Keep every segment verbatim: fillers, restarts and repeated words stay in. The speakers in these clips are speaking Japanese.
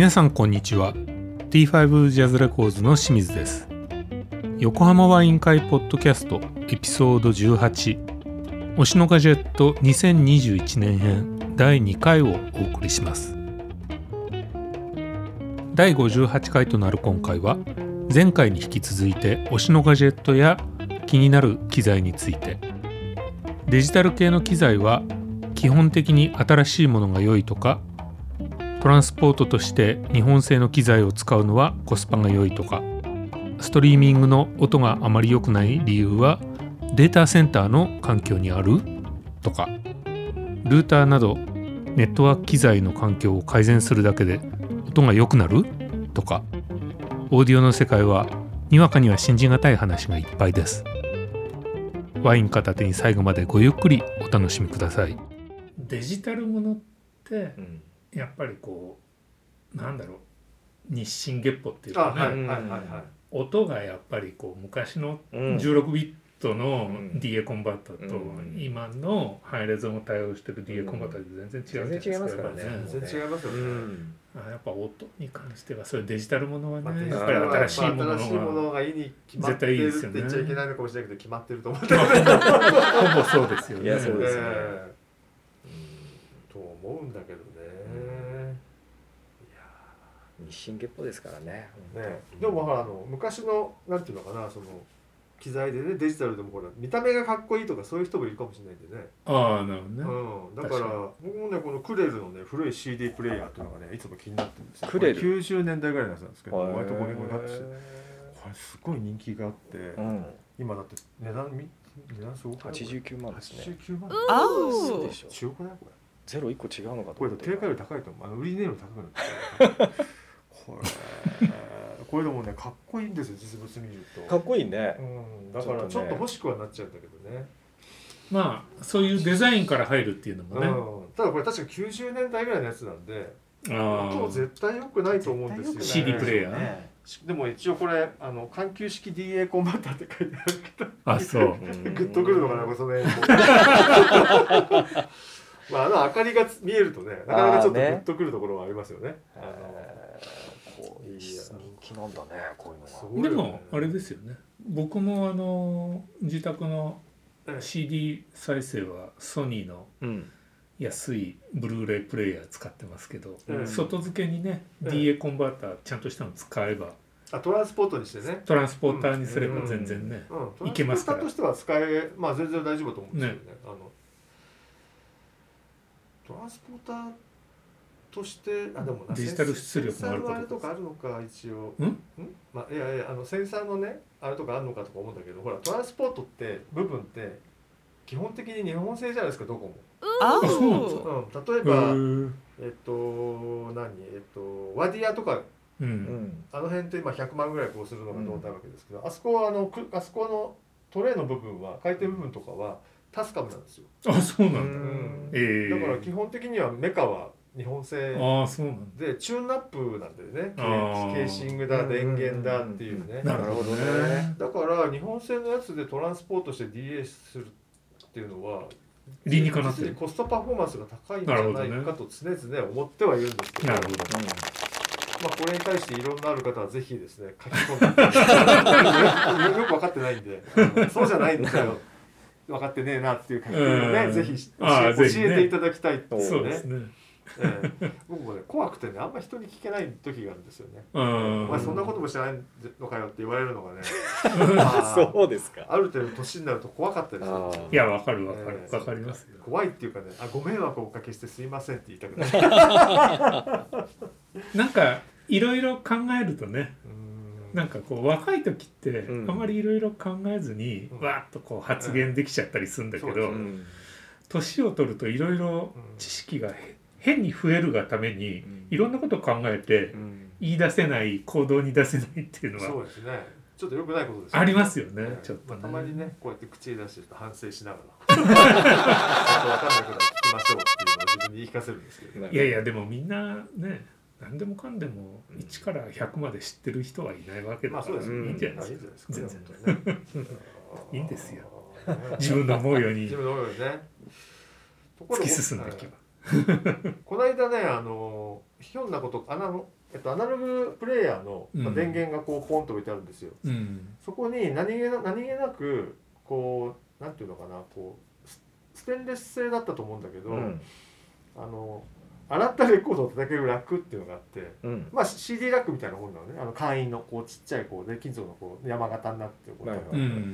皆さんこんにちは。 ティーファイブ ジャズレコーズの清水です。横浜ワイン会ポッドキャストエピソードじゅうはち、推しのガジェットにせんにじゅういちねん編だいにかいをお送りします。だいごじゅうはちかいとなる今回は、前回に引き続いて推しのガジェットや気になる機材について。デジタル系の機材は基本的に新しいものが良いとか、トランスポートとして日本製の機材を使うのはコスパが良いとか、ストリーミングの音があまり良くない理由はデータセンターの環境にあるとか、ルーターなどネットワーク機材の環境を改善するだけで音が良くなるとか、オーディオの世界はにわかには信じがたい話がいっぱいです。ワイン片手に最後までごゆっくりお楽しみください。デジタルものって、うんやっぱりこうなんだろう、日進月歩っていうかね、はいはいはいはい、音がやっぱりこう昔のじゅうろくビットの ディーエー コンバッターと今のハイレゾンを対応してる ディーエー コンバッターで全然違うじゃないですか。 全然違いますからね。全然違いますよね。うん、 あやっぱ音に関してはそういうデジタルものはね、まあ、 やっぱり新しいものが、新しいものがいいに決まってるって言っちゃいけないのかもしれないけど決まってると思ってる。ほぼそうですよね。 いやそうですね。えー、と思うんだけどね。日進月歩ですから ね, ねでもほらあの昔のなんていうのかな、その機材でね、デジタルでもほら見た目がかっこいいとかそういう人もいるかもしれないんでね。 ああなるほどね、 うん、だから僕もねこのクレルのね古い シーディー プレイヤーっていうのがねいつも気になってるんですよ。 クレルきゅうじゅうねんだいぐらいのやつなんですけど、割とゴリゴリカットしてこれすごい人気があって、うん、今だって値段値段すごくはちじゅうきゅうまんですね。 はちじゅうきゅうまんあそうでしょ。 中古だよこれ。 ゼロいっこ違うのかとこれ定価より高いと思う。あの売り値より高くなるこれこれでもねかっこいいんですよ、実物見ると。 かっこいいね、 うん、だからちょっと欲しくはなっちゃうんだけどね。 まあそういうデザインから入るっていうのもね、 うん、ただこれ確かきゅうじゅうねんだいぐらいのやつなんで音絶対良くないと思うんですよね。 シーディー プレイヤー、ね、 でも一応これあの環球式 ディーエー コンバッターって書いてあるけど、 あそうグッとくるのかなこれその辺まあ、あの明かりが見えるとね、なかなかちょっとグッとくるところはありますよね。あのこういう人気なんだね、こういうのが。 でもあれですよね、僕もあの自宅の シーディー 再生はソニーの安いブルーレイプレイヤー使ってますけど、うん、外付けにね、うん、ディーエー コンバーターちゃんとしたの使えば、 あトランスポートにしてね、 トランスポーターにすれば全然ね、うんうん、いけますから。 トランスポーターとしては使え、まあ全然大丈夫と思うんですよね。ねあのトランスポーターとしてあでもデジタル出力もあるあれとかあるのか一応。 ん？ ん？まあいやいやあのセンサーのねあれとかあるのかとか思うんだけど、ほらトランスポートって部分って基本的に日本製じゃないですかどこも。 あそうなんですか。 うん、例えばえっと何えっとワディアとか、うん、あの辺って今ひゃくまんぐらいこうするのがどうなるわけですけど、うん、あそこはあのあそこのトレイの部分は回転部分とかはタスカムなんですよ。 あ、そうなんだ。うん、 えー、だから基本的にはメカは日本製でチューンナップなんだよね。ケーシングだ電源だっていうね。 なるほどね。 だから日本製のやつでトランスポートして ディーエー するっていうのは理にかなってコストパフォーマンスが高いんじゃないかと常々思ってはいるんですけど。なるほど。うん、まあこれに対して異論のある方はぜひですね書き込んでよく分かってないんで、そうじゃないんだよ。分かってねえなっていう書き込みをね、ぜひ教えていただきたいっていうね。そうですね。えー、僕もね怖くてねあんま人に聞けない時があるんですよね。お前そんなことも知らないのかよって言われるのがね。 そうですか。 ある程度年になると怖かったりする。 いやわかるわかるわ、えー、かりますよ。 怖いっていうかね、あご迷惑をおかけしてすいませんって言いたくない。 なんかいろいろ考えるとね。なんかこう若い時ってあまりいろいろ考えずにわーっとこう発言できちゃったりするんだけど、年を取るといろいろ知識が変に増えるがためにいろんなことを考えて言い出せない行動に出せないっていうのはそうですね、ちょっと良くないことですね。 ありますよね。ちょっとたまにねこうやって口に出して反省しながらちょっと分かんないことは聞きましょうっていうのを自分に言い聞かせるんですけど、 いやいやでもみんなね何でもかんでもいちからひゃくまで知ってる人はいないわけだから、いいんじゃないですか。全然いいんですよ。自分の思うように突き進んでいけば。 この間ねあのひょんなことアナロ、えっと、アナログプレイヤーの、まあ、電源がこうポンと置いてあるんですよ、うん、そこに何気な何気なくこうなんていうのかなこうステンレス製だったと思うんだけど、うん、あの洗ったレコードを叩けるラックっていうのがあって、うん、まあ シーディー ラックみたいなものなのね。あの簡易のこうちっちゃいこう、ね、金属のこう山形になってるこう、うん、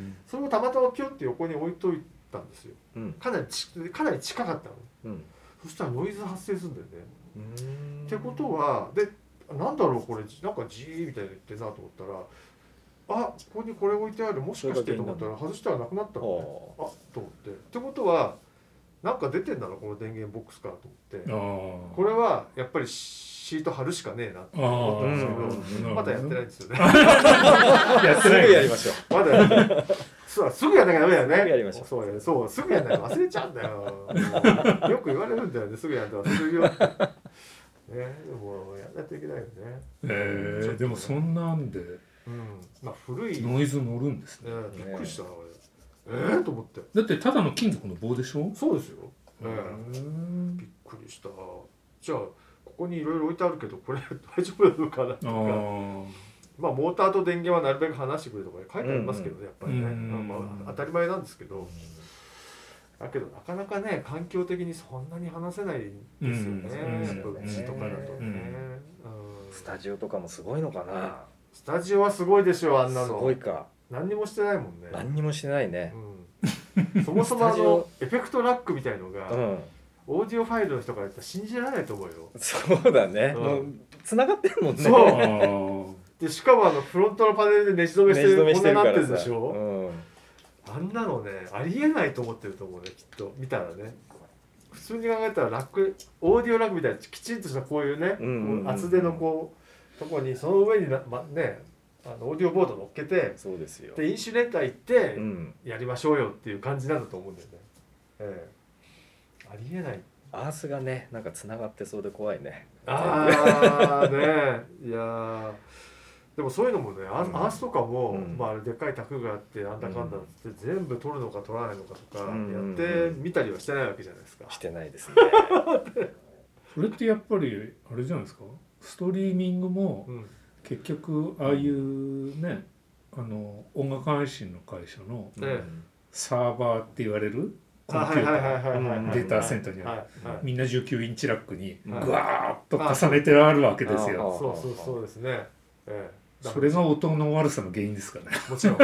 それをたまたまピョって横に置いといたんですよ、うん、かなりちかなり近かったの、うん、そしたらノイズ発生するんだよね。うーんってことはでなんだろうこれなんかジーみたいな言ってるなと思ったらあここにこれ置いてあるもしかしてと思ったら外したらなくなったのね。あと思ってってことはなんか出てんだろこの電源ボックスからと思ってこれはやっぱりシート貼るしかねえなって思ったんですけどまだやってないんですよねやってないすぐやりましょうまだやってないそうすぐやんなきゃダメだよねすぐやりましょうそうやそうすぐやんないと忘れちゃうんだよよく言われるんだよねすぐやんと忘れるよってねでもやらないといけないよねえー、でもそんなんで、 うんまあ、古いノイズ乗るんですね、 ねびっくりしたな俺えーと思ってだってただの金属の棒でしょ。 そうですよ、えー、びっくりした。じゃあここにいろいろ置いてあるけどこれ大丈夫なのかなとかまあモーターと電源はなるべく離してくれとか書いてありますけどね、やっぱりね、まあ、当たり前なんですけどだけどなかなかね環境的にそんなに離せないですよね、やっぱうちとかだとね、うん、 スタジオとかもすごいのかな。 スタジオはすごいでしょあんなの。 すごいか。 何にもしてないもんね。 何にもしてないね、 うん、そもそもあのエフェクトラックみたいのが、うん、オーディオファイルの人から言ったら信じられないと思うよ。 そうだね、うん、もう繋がってるもんね。 そうでしかもあのフロントのパネルでねじ止めしてるこんなになってるでしょ、うん、あんなのねありえないと思ってると思うねきっと見たらね。普通に考えたらラックオーディオラックみたいなきちんとしたこういうね、うんうん、厚手のこうとこにその上にな、ま、ねあのオーディオボード乗っけてそうですよで飲酒連会行ってやりましょうよっていう感じなんだと思うんだよね、ええ、ありえない。 アースがねなんかつながってそうで怖いね。 ああねいやでもそういうのもね、うん、アースとかも、うんまあ、でっかい卓があってなんだかんだって全部取るのか取らないのかとかやってみたりはしてないわけじゃないですか。 してないですねそれってやっぱりあれじゃないですかストリーミングも、うん結局ああいうねあの音楽配信の会社のサーバーって言われるコンピューターデータセンターにあるみんなじゅうきゅうインチラックにぐわーっと重ねてあるわけですよ。 そうそうそうですね、ええ、それが音の悪さの原因ですかね。 もちろん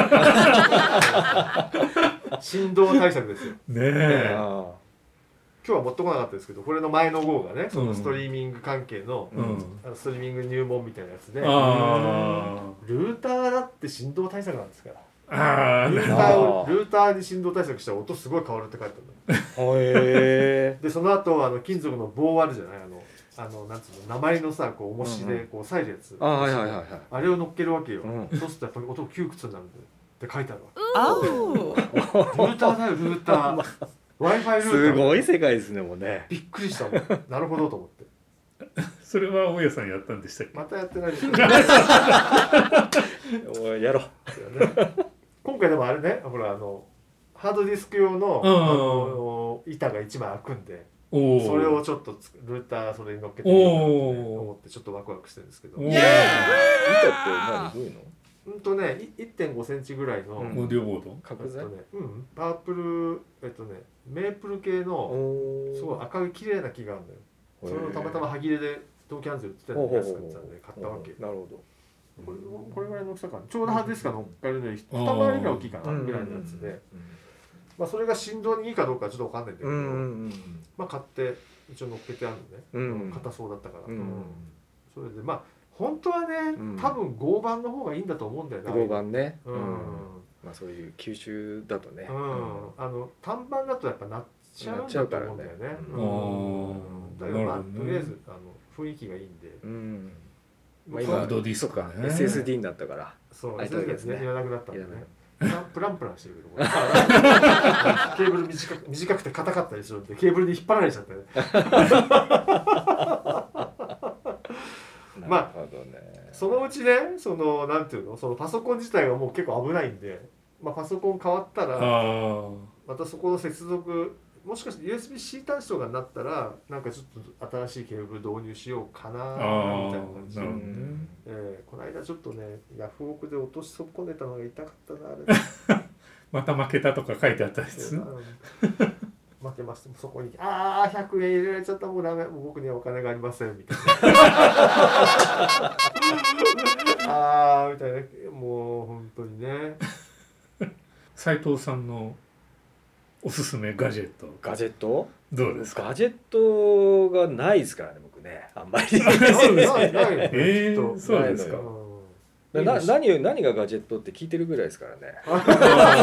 振動対策ですよねえ今日は持ってこなかったですけどこれの前の号がねそのストリーミング関係の、うん、あのストリーミング入門みたいなやつで、うん、ルーターだって振動対策なんですから。あルーターをルーターに振動対策したら音すごい変わるって書いてあるのへでその後あの金属の棒あるじゃないあのあのなんつうの鉛のさこう重しでこう割いるやつ、うんうん、あ, はいはいはいはい、あれを乗っけるわけよ、うん、そうするとやっぱり音窮屈になるんでって書いてあるわけルーターだよルーターWi-Fi ルーターすごい世界ですねもうね。 びっくりしたもんなるほどと思ってそれは大家さんやったんでしたっけ。 またやってないですよやろう今回でもあれねほらあのハードディスク用 の,、うん、あの板がいちまい開くんでそれをちょっとルーターそれに乗っけてみようかなと、ね、思ってちょっとワクワクしてるんですけど板って何どういうのうんとね いってんごセンチぐらいの、 うん、オーディオボード角材、 ねうん、パープルえっとねメープル系のすごい赤い綺麗な木があるんだよ。それをたまたま歯切れで東京ハンズで売ってたので安く売ってたんで買ったわけ。 なるほど。 これこれぐらいの大きさかな。ちょうどハードディスクが乗っかるのに二回りぐらい大きいかなぐらいのやつで、まあそれが振動にいいかどうかはちょっと分かんないんだけど、まあ買って一応乗っけてあるのね。硬そうだったから。それでまあ本当はね多分合板の方がいいんだと思うんだよね。 合板ね。まあそういう吸収だとね、 うん、あの単板だとやっぱなっちゃうんだと思うんだよね。だからまあとりあえずあの雰囲気がいいんで、うんまあ、今ハードディスクかね エスエスディー になったからそうエスエスディー ねいらなくなったんでねプランプランしてるけどケーブル短く、短くて硬かったりするんでケーブルに引っ張られちゃってねまあそのうちねそのなんていうのそのパソコン自体がもう結構危ないんで、まあ、パソコン変わったらまたそこの接続もしかして ユーエスビー-C 端子とかになったらなんかちょっと新しいケーブル導入しようかなみたいな感じで、ねえー、この間ちょっとねヤフオクで落とし損ねたのが痛かったなあれまた負けたとか書いてあったりする負けましたそこにああひゃくえん入れられちゃったもうダメもう僕にはお金がありませんみたいなああみたいなもう本当にね斉藤さんのおすすめガジェットガジェットどうですか？ ガジェットがないですからね僕ねあんまりそうですねないねえー、そうですか。 な何何がガジェットって聞いてるぐらいですからね。そうそう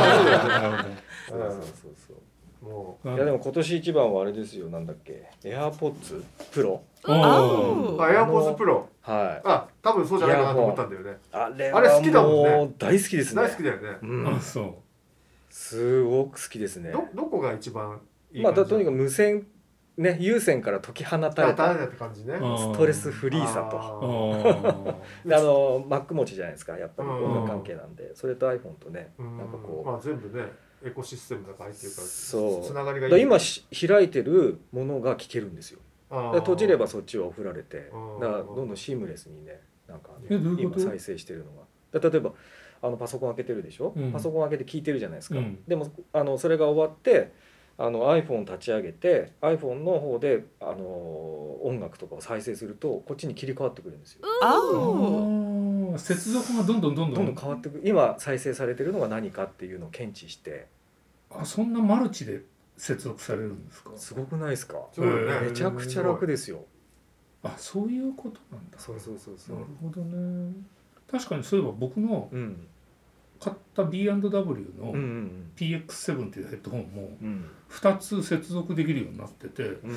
そうもういやでも今年一番はあれですよなんだっけ AirPods Pro あ AirPods Pro はいあ多分そうじゃないかなと思ったんだよねあれあれ好きだもんね大好きですね大好きだよね、 うん、 あそうすごく好きですね。 どどこが一番いいまあとにかく無線ね有線から解き放たれたって感じねストレスフリーさとああの Mac 持ちじゃないですかやっぱり音楽関係なんでそれと iPhone とねなんかこうまあ全部ねエコシステムが入ってるからそうつながりがいい今開いてるものが聞けるんですよ。閉じればそっちは送られてだからどんどんシームレスにねなんか今再生してるのが例えばあのパソコン開けてるでしょ、うん、パソコン開けて聞いてるじゃないですか、うん、でもあのそれが終わってあの iPhone 立ち上げて iPhone の方であの音楽とかを再生するとこっちに切り替わってくるんですよ。 あ接続がどんどんどんどんどんどん変わってくる今再生されてるのが何かっていうのを検知してあそんなマルチで接続されるんですか？ すごくないですか？ すごいね、 めちゃくちゃ楽ですよ。 あそういうことなんだ。 そうそうそうそう。 なるほどね。確かにそういえば僕の買った ビーアンドダブリュー の ピーエックスセブン っていうヘッドホンもふたつ接続できるようになってて、うん、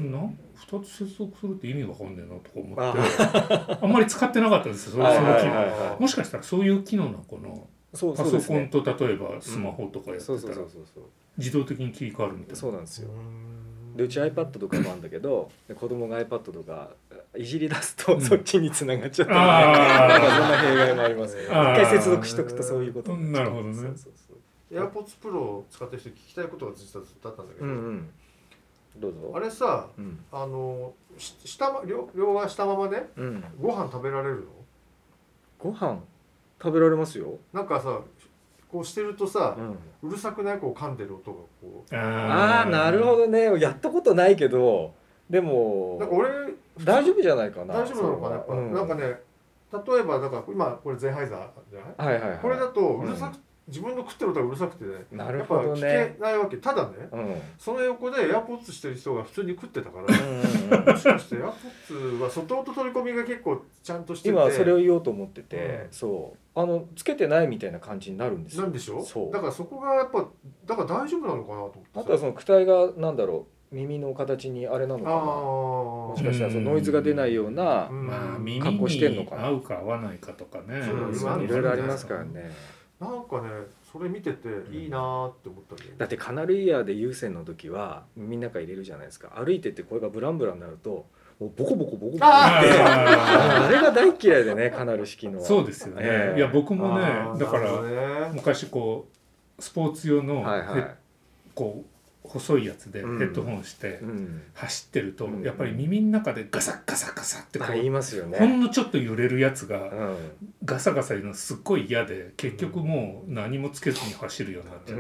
なふたつ接続するって意味わかんねえなとか思って あ, あんまり使ってなかったんですよその機能。もしかしたらそういう機能なのかな。 そうパソコンと例えばスマホとかやってたら自動的に切り替わるみたいな。 そうなんですよ。でうち iPad とかもあるんだけど子供が iPad とかいじり出すと、うん、そっちに繋がっちゃったり、ね、なんかそんな弊害もありますけど一回接続しとくとそういうことになっちゃう。 なるほどね。 そうそうそう AirPods Pro を使ってる人聞きたいことが実はずっとあったんだけど、うんうん、 どうぞ。 あれさ、うん、あの下両両がしたままね、うん、ご飯食べられるの？ ご飯食べられますよ。 なんかさこうしてるとさ、うん、うるさくないこう噛んでる音がこうああなるほどねやったことないけどでもなんか俺大丈夫じゃないかな。 大丈夫なのかなやっぱ、うん、なんかね例えばだから今これゼンハイザーじゃない、はいはいはい、これだとうるさく、うん、自分の食ってる音がうるさくてねなるほどねやっぱ聞けないわけ。ただね、うん、その横でエアポッツしてる人が普通に食ってたから、もしかしてエアポッツは外音取り込みが結構ちゃんとしてて今それを言おうと思ってて、うん、そうあのつけてないみたいな感じになるんですよ。 なんでしょう。そうだからそこがやっぱだから大丈夫なのかなと思って。 あとはその躯体がなんだろう耳の形にあれなのかな。もしかしたらそのノイズが出ないような格好してんのかな。 まあ、耳に合うか合わないかとかね。 いろいろありますからね。 なんかねそれ見てていいなーって思ったんだよね。 だってカナルイヤーで有線の時は耳の中入れるじゃないですか。歩いてって声がブランブランになるともうボコボコボコボコって あ, あれが大嫌いでねカナル式の。 そうですよね、えー、いや僕もねだから、ね、昔こうスポーツ用の、はいはい、こう細いやつでヘッドホンして走ってると、うん、やっぱり耳の中でガサガサガサってこう言いますよね。 ほんのちょっと揺れるやつが、うん、ガサガサ言うのすっごい嫌で結局もう何もつけずに走るようになっちゃう。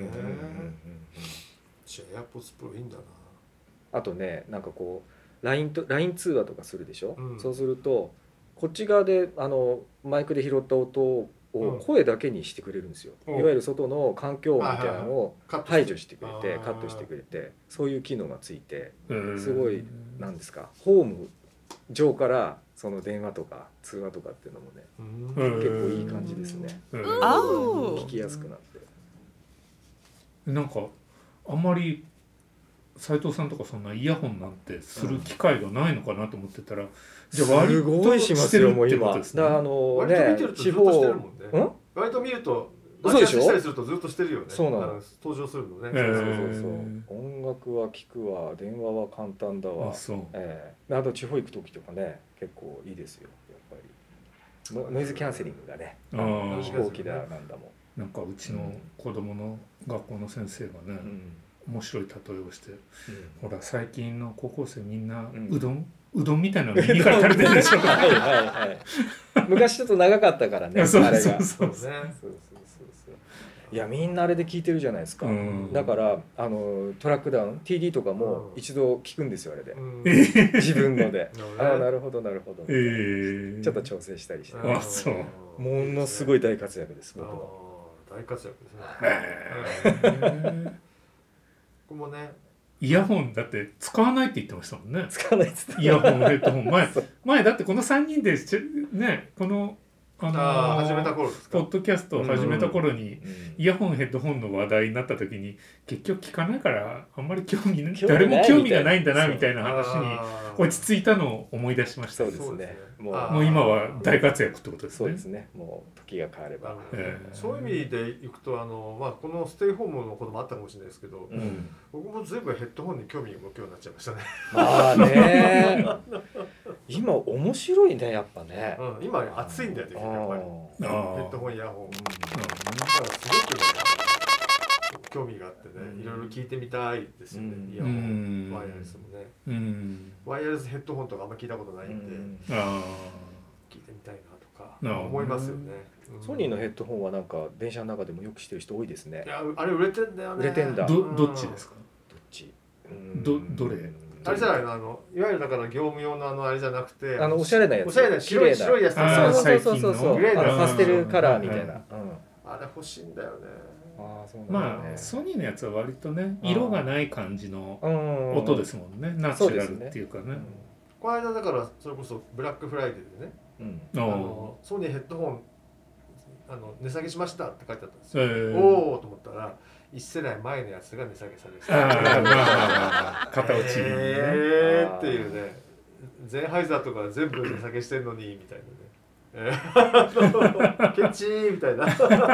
じゃあ AirPods Pro いいんだな。 あとねなんかこう ライン と ライン 通話とかするでしょ、うん、そうするとこっち側であのマイクで拾った音を声だけにしてくれるんですよ、うん、いわゆる外の環境音みたいなのを排除してくれてカットしてくれてそういう機能がついてすごいなんですかホーム上からその電話とか通話とかっていうのもね結構いい感じですね。聞きやすくなってなんかあんまり斉藤さんとかそんなイヤホンなんてする機会がないのかなと思ってたら、うん、じゃあ割としてるってことですね。 だからあの割と見てるとずっとしてるもんね。うん、割と見ると待ち合わせしたりするとずっとしてるよね。そうなの。登場するのね。 そうそうそうそう。音楽は聞くわ、電話は簡単だわ。あ、そう。ええー、あと地方行く時とかね結構いいですよやっぱり。ノ, ノイズキャンセリングがね。飛行機だなんだもん。 なんかうちの子供の学校の先生がね。うん面白い例えをして、 うん、 ほら最近の高校生みんなうんうどん、うどんみたいなの耳から垂れてるでしょはいはいはい昔ちょっと長かったからねそうあれがそうそうそうねそうそうそうそういやみんなあれで聞いてるじゃないですか、 うん、 だからあのトラックダウン ティーディー とかも一度聞くんですよあれで、 うん自分のでああなるほどなるほど、 えー、 ちょっと調整したりして、 あそうものすごい大活躍です僕は。 大活躍ですね。 へーここもねイヤホンだって使わないって言ってましたもんね。 使わないっつってイヤホンヘッドホン前前だってこのさんにんでしねこのあのあー始めた頃ですか。 ポッドキャストを始めた頃に、 うんイヤホンヘッドホンの話題になった時に結局聞かないからあんまり興味ない興味ない誰も興味がないんだなそうみたいな話にあー落ち着いたのを思い出しましたそうですねそうですねもうあーもう今は大活躍ってことですね。 そうですねもう時が変われば、 なるほどええそういう意味でいくとあの、まあ、このステイホームのこともあったかもしれないですけど、 うん、 僕も随分ヘッドホンに興味を向くようになっちゃいましたね、 まあね今面白いねやっぱね、 うん、今熱いんだよねやっぱりヘああーッドホンイヤホンーだからすごくね興味があってね、 うんいろいろ聞いてみたいですよね、 うんイヤホうんンワイヤレスもねうんワイヤレスヘッドホンとかあんま聞いたことないんで、 うんあ聞いてみたいなとかなるほど思いますよね、うんソニーのヘッドホンはなんか電車の中でもよくしてる人多いですねいやあれ売れてんだよね売れてんだあどどっちですか。 どっちうんどどれあれじゃないのあのいわゆるだから業務用のあのあれじゃなくてあのおしゃれなやつおしゃれな白い白いやつあーそうそうそうそうそうグレーのあのパステルカラーみたいな、 うんうんあれ欲しいんだよねああそうなんだまねあソニーのやつは割とね色がない感じのうん音ですもんね、ナチュラルっていうかね。 この間だからそれこそブラックフライデーでねうんあおのソニーヘッドホンあの値下げしましたって書いてあったんですよ、 えー、 おおと思ったら一世代前のやつが値下げされてあーまあまあまあ片落ち、ねえーっていうねゼンハイザーとか全部値下げしてんのにみたいなねえーケチーみたいな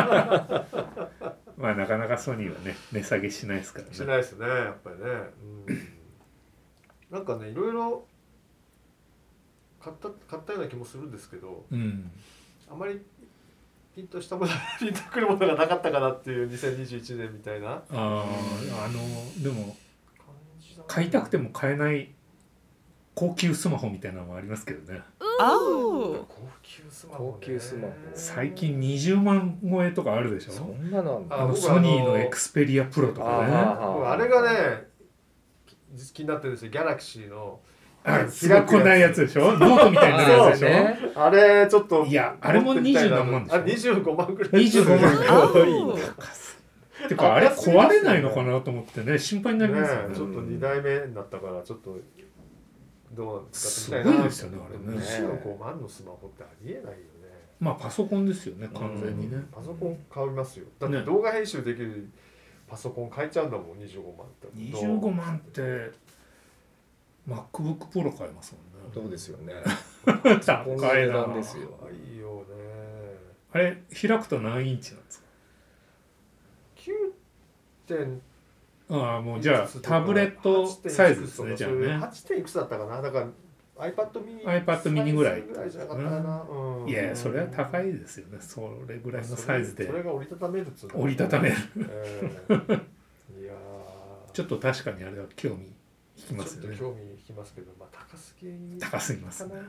まあなかなかソニーはね値下げしないですからね。 しないですねやっぱりね、うん、なんかねいろいろ買った買ったような気もするんですけどうん、 あまりピンとしたものピンとくるものがなかったかなっていうにせんにじゅういちねんみたいなあああのでも感じだな。 買いたくても買えない高級スマホみたいなのもありますけどね。 高級スマホ、ね、 高級スマホ最近にじゅうまん超えとかあるでしょ。 そんななんだあのソニーのエクスペリアプロとかね。 僕あれがね気になってるんですよギャラクシーのあすごいこんなやつでしょ。ノートみたいになるやつでしょ。 ねあれちょっといやあれもにじゅうなんまんでしょあにじゅうごまんぐらいにじゅうごまん高いねてかあれ壊れないのかなと思ってね心配になりますよね。 ねちょっとにだいめになったからちょっとどうなんですかすごいですよねあれねにじゅうごまんのスマホってありえないよね。 まあパソコンですよね完全にね。 パソコン買いますよ。だって動画編集できるパソコン買えちゃうんだもんにじゅうごまんって。 にじゅうごまんって MacBook Pro 買えますもんね。 そうですよね高こんな値いな。 段ですよいいよね。 あれ開くと何インチなんですか。 きゅうてんああもうじゃあタブレットサイズですねじゃあね。 はちてんいくつだったかな。だから iPad mini iPad mini ぐらいぐらいじゃなかったかな。うんいやそれは高いですよねそれぐらいのサイズでそれが折りたためるっつうの折りたためるえーいやーちょっと確かにあれは興味引きますよね。 ちょっと興味引きますけど、まあ高すぎ高すぎますね。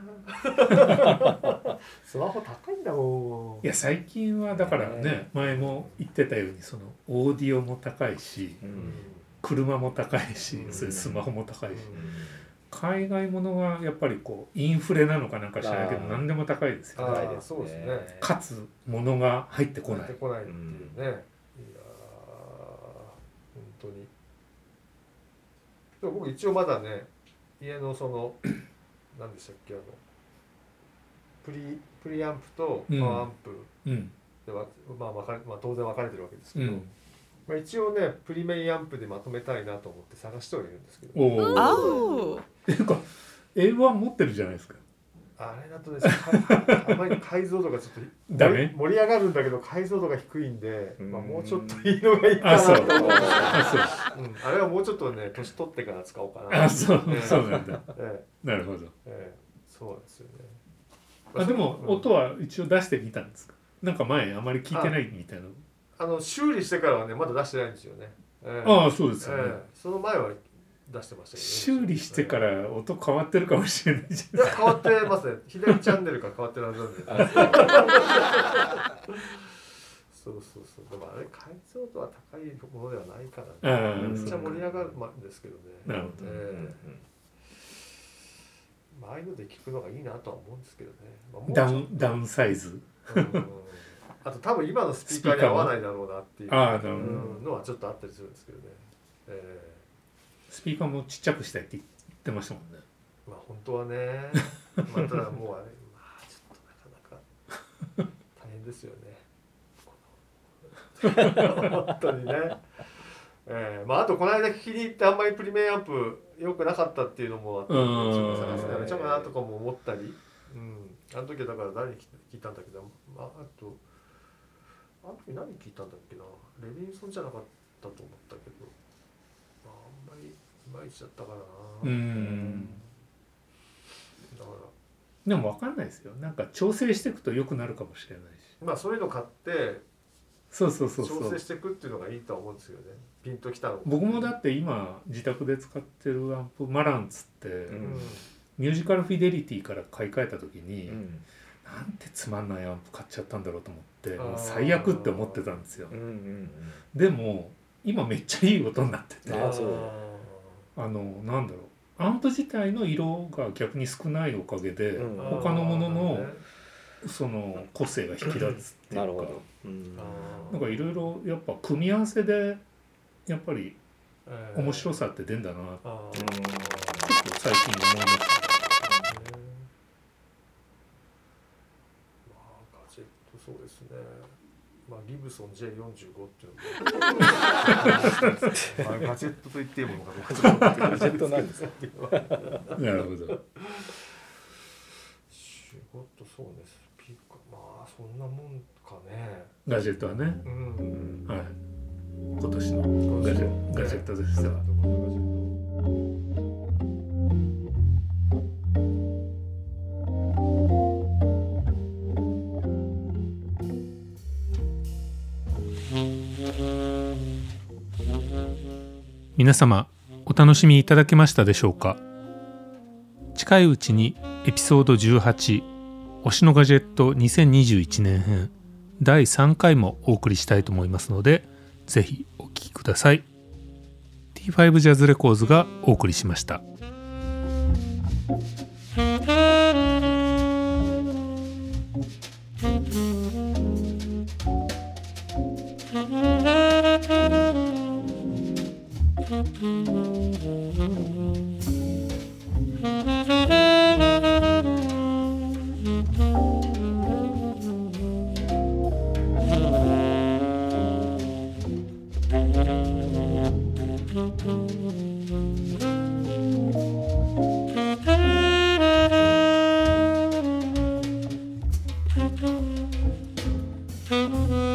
スマホ高いんだもん。 いや最近はだからね前も言ってたようにそのオーディオも高いしうん車も高いしうんそういうスマホも高いしうん海外ものがやっぱりこうインフレなのかなんか知らないけどあー何でも高いですよね。 あー高いですそうですねかつ物が入ってこない入って。こないっていうね。いやー本当に。でも僕一応まだね家のその何でしたっけあのプリプリアンプとパワーアンプうんでは、まあ分かれまあ当然分かれてるわけですけど。 うん。 まあ、一応ねプリメインアンプでまとめたいなと思って探してはいるんですけど、 おお。 おーていうか エーワン 持ってるじゃないですか。 あれだとですねかあまり解像度がちょっとダメ盛り上がるんだけど解像度が低いんで、 うんまあ、もうちょっといいのがいいかあそうなと思ってあうん、あれはもうちょっとね年取ってから使おうかそうな。 あそうええそうなんだ。 えなるほど。 えええそうなんですよね。 あでもうん音は一応出してみたんですか。なんか前あまり聞いてないみたいな。 あの修理してからはねまだ出してないんですよね。 えー、ああそうですよね、えー、 その前は出してましたけど、ね、 修理してから音変わってるかもしれないじゃないですか。 いや変わってますね。左チャンネルが変わってるはずなんでそうそうそう。でもあれ解像度は高いものではないからね、めっちゃ盛り上がるんですけどね。 なるほど、 えーまあ、ああいうので聞くのがいいなとは思うんですけどね、まあ、 ダウンダウンサイズ、 うん、あと多分今のスピーカーに合わないだろうなっていうのはちょっとあったりするんですけどね、えー、スピーカーもちっちゃくしたいって言ってましたもんね。 まあ本当はねまあただもうあれ、まあ、ちょっとなかなか大変ですよね本当にね、えーまあ、あとこの間聞きに行ってあんまりプリメイアンプ良くなかったっていうのもあって探してやめちゃうかなとかも思ったり、うん、あの時はだから誰に聞いたんだけど、まあ、あとあの時何聞いたんだっけな、レビンソンじゃなかったと思ったけど、まあ、あんまりいまいちだったかな。 うん、 だからでも分かんないですよ、なんか調整していくと良くなるかもしれないし、 まあそういうの買ってそうそうそうそう調整していくっていうのがいいと思うんですよね。ピンときたの。 僕もだって今自宅で使ってるアンプマランツって、うん、ミュージカルフィデリティから買い替えた時に、うん、なんてつまんないアンプ買っちゃったんだろうと思ってもう最悪って思ってたんですよ、うんうんうん、でも今めっちゃいい音になってて、ああのなんだろう、アンプ自体の色が逆に少ないおかげで、うん、他のもののその個性が引き立つっていうか、なるほど、うん、なんかいろいろやっぱ組み合わせでやっぱり面白さって出んだなって、えー、ちょっと最近思いました。 そうですね。まあギブソン ジェイよんじゅうご っていうのもガジェットと言っていいものかどうかちょっとガジェットなんですか。 なるほど。 仕事そうね、スピーカーまあそんなもんかね。 ガジェットはね。うん、はい。今年のガジェ、ガジェットでした。皆様お楽しみいただけましたでしょうか。近いうちにエピソードじゅうはち推しのガジェットにせんにじゅういちねん編だいさんかいもお送りしたいと思いますので、ぜひお聞きください。 ティーファイブ ジャズレコーズがお送りしました。Mm-hmm.